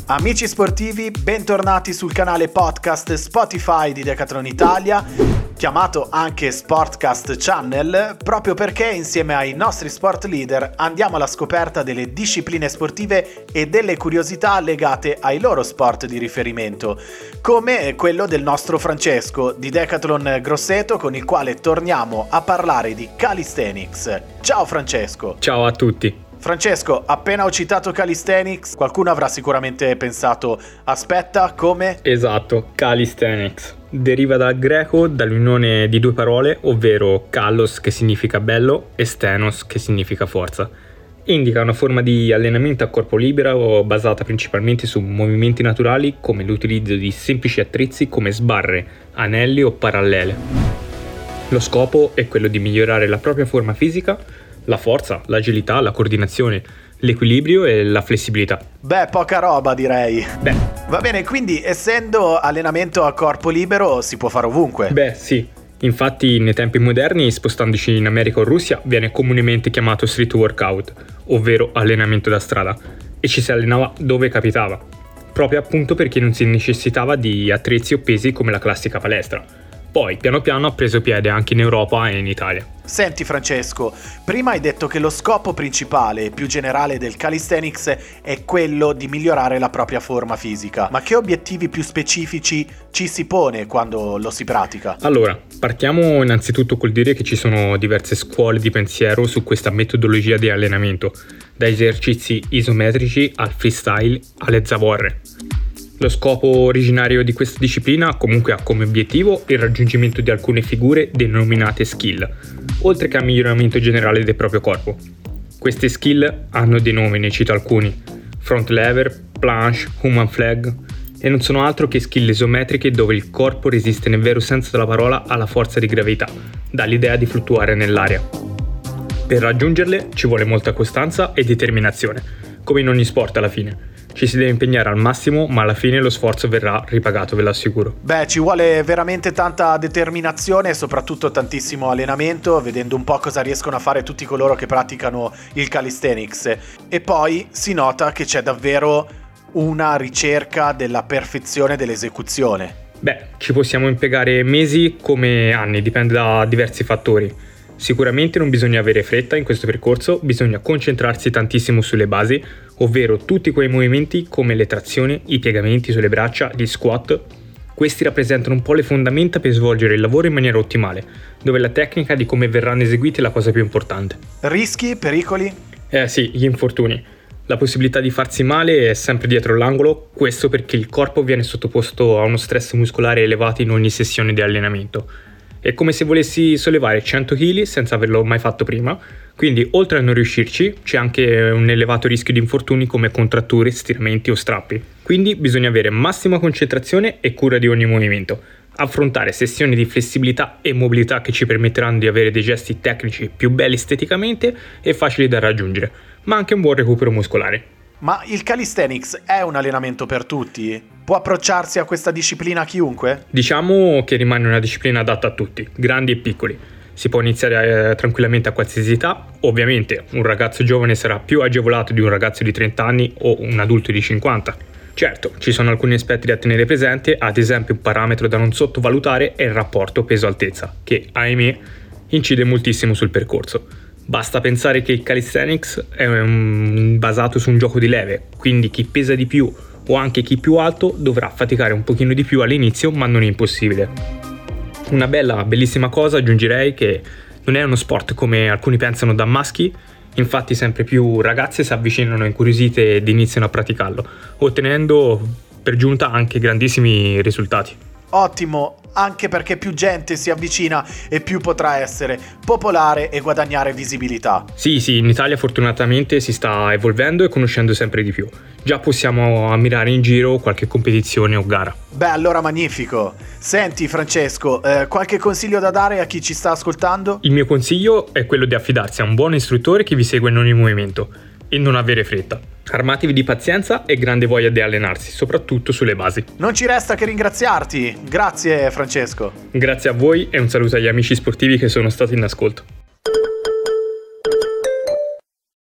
Amici sportivi, bentornati sul canale podcast Spotify di Decathlon Italia, chiamato anche Sportcast Channel, proprio perché insieme ai nostri sport leader andiamo alla scoperta delle discipline sportive e delle curiosità legate ai loro sport di riferimento, come quello del nostro Francesco di Decathlon Grosseto, con il quale torniamo a parlare di calisthenics. Ciao Francesco! Ciao a tutti! Francesco, appena ho citato calisthenics, qualcuno avrà sicuramente pensato, aspetta, come? Esatto, calisthenics. Deriva dal greco dall'unione di due parole, ovvero kalos che significa bello e stenos che significa forza. Indica una forma di allenamento a corpo libero basata principalmente su movimenti naturali come l'utilizzo di semplici attrezzi come sbarre, anelli o parallele. Lo scopo è quello di migliorare la propria forma fisica, la forza, l'agilità, la coordinazione, l'equilibrio e la flessibilità. Beh, poca roba direi. Va bene, quindi essendo allenamento a corpo libero si può fare ovunque. Beh, sì. Infatti nei tempi moderni, spostandoci in America o Russia, viene comunemente chiamato street workout, ovvero allenamento da strada, e ci si allenava dove capitava, proprio appunto perché non si necessitava di attrezzi o pesi come la classica palestra. Poi, piano piano, ha preso piede anche in Europa e in Italia. Senti Francesco, prima hai detto che lo scopo principale e più generale del calisthenics è quello di migliorare la propria forma fisica. Ma che obiettivi più specifici ci si pone quando lo si pratica? Allora, partiamo innanzitutto col dire che ci sono diverse scuole di pensiero su questa metodologia di allenamento, da esercizi isometrici al freestyle alle zavorre. Lo scopo originario di questa disciplina comunque ha come obiettivo il raggiungimento di alcune figure denominate skill, oltre che al miglioramento generale del proprio corpo. Queste skill hanno dei nomi, ne cito alcuni: front lever, planche, human flag, e non sono altro che skill isometriche dove il corpo resiste nel vero senso della parola alla forza di gravità, dall'idea di fluttuare nell'aria. Per raggiungerle ci vuole molta costanza e determinazione, come in ogni sport alla fine. Ci si deve impegnare al massimo, ma alla fine lo sforzo verrà ripagato, ve lo assicuro. Beh, ci vuole veramente tanta determinazione e soprattutto tantissimo allenamento, vedendo un po' cosa riescono a fare tutti coloro che praticano il calisthenics. E poi si nota che c'è davvero una ricerca della perfezione dell'esecuzione. Beh, ci possiamo impiegare mesi come anni, dipende da diversi fattori. Sicuramente non bisogna avere fretta in questo percorso, bisogna concentrarsi tantissimo sulle basi, ovvero tutti quei movimenti come le trazioni, i piegamenti sulle braccia, gli squat. Questi rappresentano un po' le fondamenta per svolgere il lavoro in maniera ottimale, dove la tecnica di come verranno eseguiti è la cosa più importante. Rischi, pericoli? Sì, gli infortuni. La possibilità di farsi male è sempre dietro l'angolo, questo perché il corpo viene sottoposto a uno stress muscolare elevato in ogni sessione di allenamento. È come se volessi sollevare 100 kg senza averlo mai fatto prima, quindi oltre a non riuscirci c'è anche un elevato rischio di infortuni come contratture, stiramenti o strappi. Quindi bisogna avere massima concentrazione e cura di ogni movimento, affrontare sessioni di flessibilità e mobilità che ci permetteranno di avere dei gesti tecnici più belli esteticamente e facili da raggiungere, ma anche un buon recupero muscolare. Ma il calisthenics è un allenamento per tutti? Può approcciarsi a questa disciplina chiunque? Diciamo che rimane una disciplina adatta a tutti, grandi e piccoli. Si può iniziare tranquillamente a qualsiasi età. Ovviamente un ragazzo giovane sarà più agevolato di un ragazzo di 30 anni o un adulto di 50. Certo, ci sono alcuni aspetti da tenere presente, ad esempio un parametro da non sottovalutare è il rapporto peso-altezza, che, ahimè, incide moltissimo sul percorso. Basta pensare che il calisthenics è basato su un gioco di leve, quindi chi pesa di più o anche chi più alto dovrà faticare un pochino di più all'inizio, ma non è impossibile. Una bellissima cosa aggiungerei che non è uno sport come alcuni pensano da maschi, infatti sempre più ragazze si avvicinano incuriosite ed iniziano a praticarlo, ottenendo per giunta anche grandissimi risultati. Ottimo, anche perché più gente si avvicina e più potrà essere popolare e guadagnare visibilità. Sì, in Italia fortunatamente si sta evolvendo e conoscendo sempre di più. Già possiamo ammirare in giro qualche competizione o gara. Beh, allora magnifico. Senti Francesco, qualche consiglio da dare a chi ci sta ascoltando? Il mio consiglio è quello di affidarsi a un buon istruttore che vi segue in ogni movimento e non avere fretta. Armatevi di pazienza e grande voglia di allenarsi, soprattutto sulle basi. Non ci resta che ringraziarti. Grazie Francesco. Grazie a voi e un saluto agli amici sportivi che sono stati in ascolto.